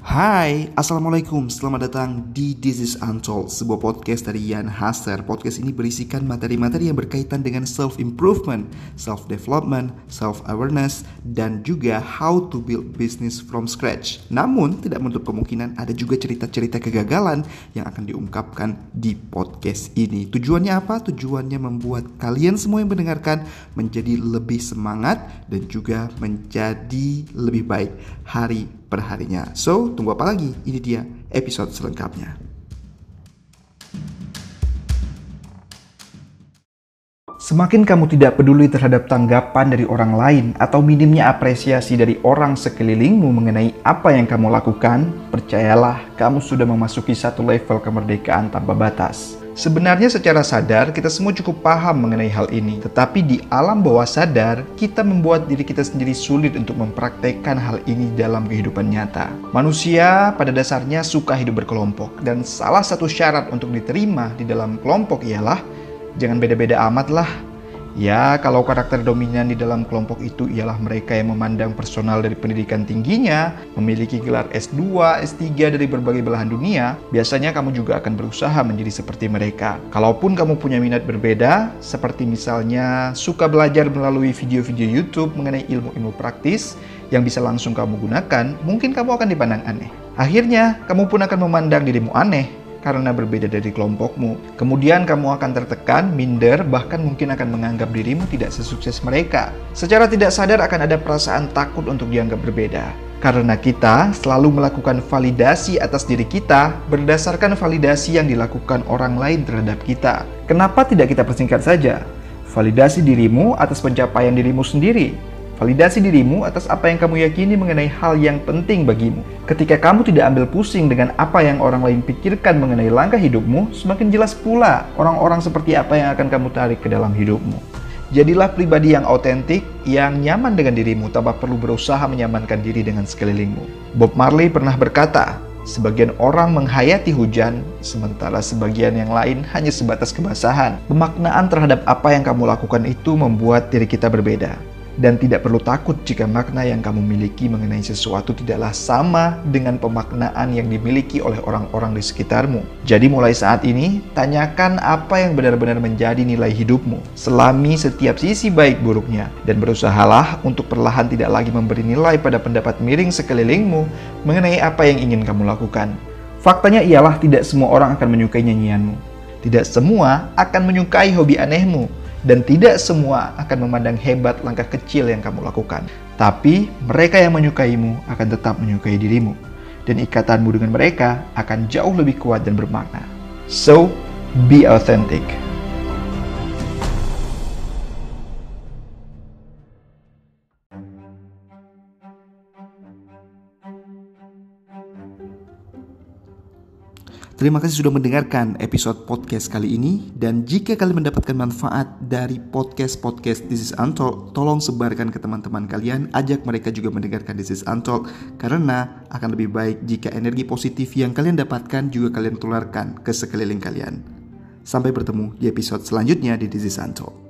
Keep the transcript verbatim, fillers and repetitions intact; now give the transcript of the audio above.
Hai, Assalamualaikum, selamat datang di This is Untold, sebuah podcast dari Ian Hasser. Podcast ini berisikan materi-materi yang berkaitan dengan self-improvement, self-development, self-awareness, dan juga how to build business from scratch. Namun, tidak menutup kemungkinan ada juga cerita-cerita kegagalan yang akan diungkapkan di podcast ini. Tujuannya apa? Tujuannya membuat kalian semua yang mendengarkan menjadi lebih semangat dan juga menjadi lebih baik hari perharinya. So, tunggu apa lagi? Ini dia episode selengkapnya. Semakin kamu tidak peduli terhadap tanggapan dari orang lain atau minimnya apresiasi dari orang sekelilingmu mengenai apa yang kamu lakukan, percayalah, kamu sudah memasuki satu level kemerdekaan tanpa batas. Sebenarnya secara sadar kita semua cukup paham mengenai hal ini, tetapi di alam bawah sadar kita membuat diri kita sendiri sulit untuk mempraktekkan hal ini dalam kehidupan nyata. Manusia pada dasarnya suka hidup berkelompok, dan salah satu syarat untuk diterima di dalam kelompok ialah jangan beda-beda amat lah. Ya, kalau karakter dominan di dalam kelompok itu ialah mereka yang memandang personal dari pendidikan tingginya, memiliki gelar S dua, S tiga dari berbagai belahan dunia, biasanya kamu juga akan berusaha menjadi seperti mereka. Kalaupun kamu punya minat berbeda, seperti misalnya suka belajar melalui video-video YouTube mengenai ilmu-ilmu praktis yang bisa langsung kamu gunakan, mungkin kamu akan dipandang aneh. Akhirnya, kamu pun akan memandang dirimu aneh karena berbeda dari kelompokmu. Kemudian kamu akan tertekan, minder, bahkan mungkin akan menganggap dirimu tidak sesukses mereka. Secara tidak sadar akan ada perasaan takut untuk dianggap berbeda. Karena kita selalu melakukan validasi atas diri kita berdasarkan validasi yang dilakukan orang lain terhadap kita. Kenapa tidak kita persingkat saja? Validasi dirimu atas pencapaian dirimu sendiri. Validasi dirimu atas apa yang kamu yakini mengenai hal yang penting bagimu. Ketika kamu tidak ambil pusing dengan apa yang orang lain pikirkan mengenai langkah hidupmu, semakin jelas pula orang-orang seperti apa yang akan kamu tarik ke dalam hidupmu. Jadilah pribadi yang autentik, yang nyaman dengan dirimu tanpa perlu berusaha menyamankan diri dengan sekelilingmu. Bob Marley pernah berkata, sebagian orang menghayati hujan, sementara sebagian yang lain hanya sebatas kebasahan. Pemaknaan terhadap apa yang kamu lakukan itu membuat diri kita berbeda. Dan tidak perlu takut jika makna yang kamu miliki mengenai sesuatu tidaklah sama dengan pemaknaan yang dimiliki oleh orang-orang di sekitarmu. Jadi mulai saat ini, tanyakan apa yang benar-benar menjadi nilai hidupmu. Selami setiap sisi baik buruknya. Dan berusahalah untuk perlahan tidak lagi memberi nilai pada pendapat miring sekelilingmu mengenai apa yang ingin kamu lakukan. Faktanya ialah tidak semua orang akan menyukai nyanyianmu. Tidak semua akan menyukai hobi anehmu. Dan tidak semua akan memandang hebat langkah kecil yang kamu lakukan. Tapi mereka yang menyukaimu akan tetap menyukai dirimu. Dan ikatanmu dengan mereka akan jauh lebih kuat dan bermakna. So, be authentic. Terima kasih sudah mendengarkan episode podcast kali ini. Dan jika kalian mendapatkan manfaat dari podcast-podcast This is Untold, tolong sebarkan ke teman-teman kalian. Ajak mereka juga mendengarkan This is Untold, karena akan lebih baik jika energi positif yang kalian dapatkan juga kalian tularkan ke sekeliling kalian. Sampai bertemu di episode selanjutnya di This is Untold.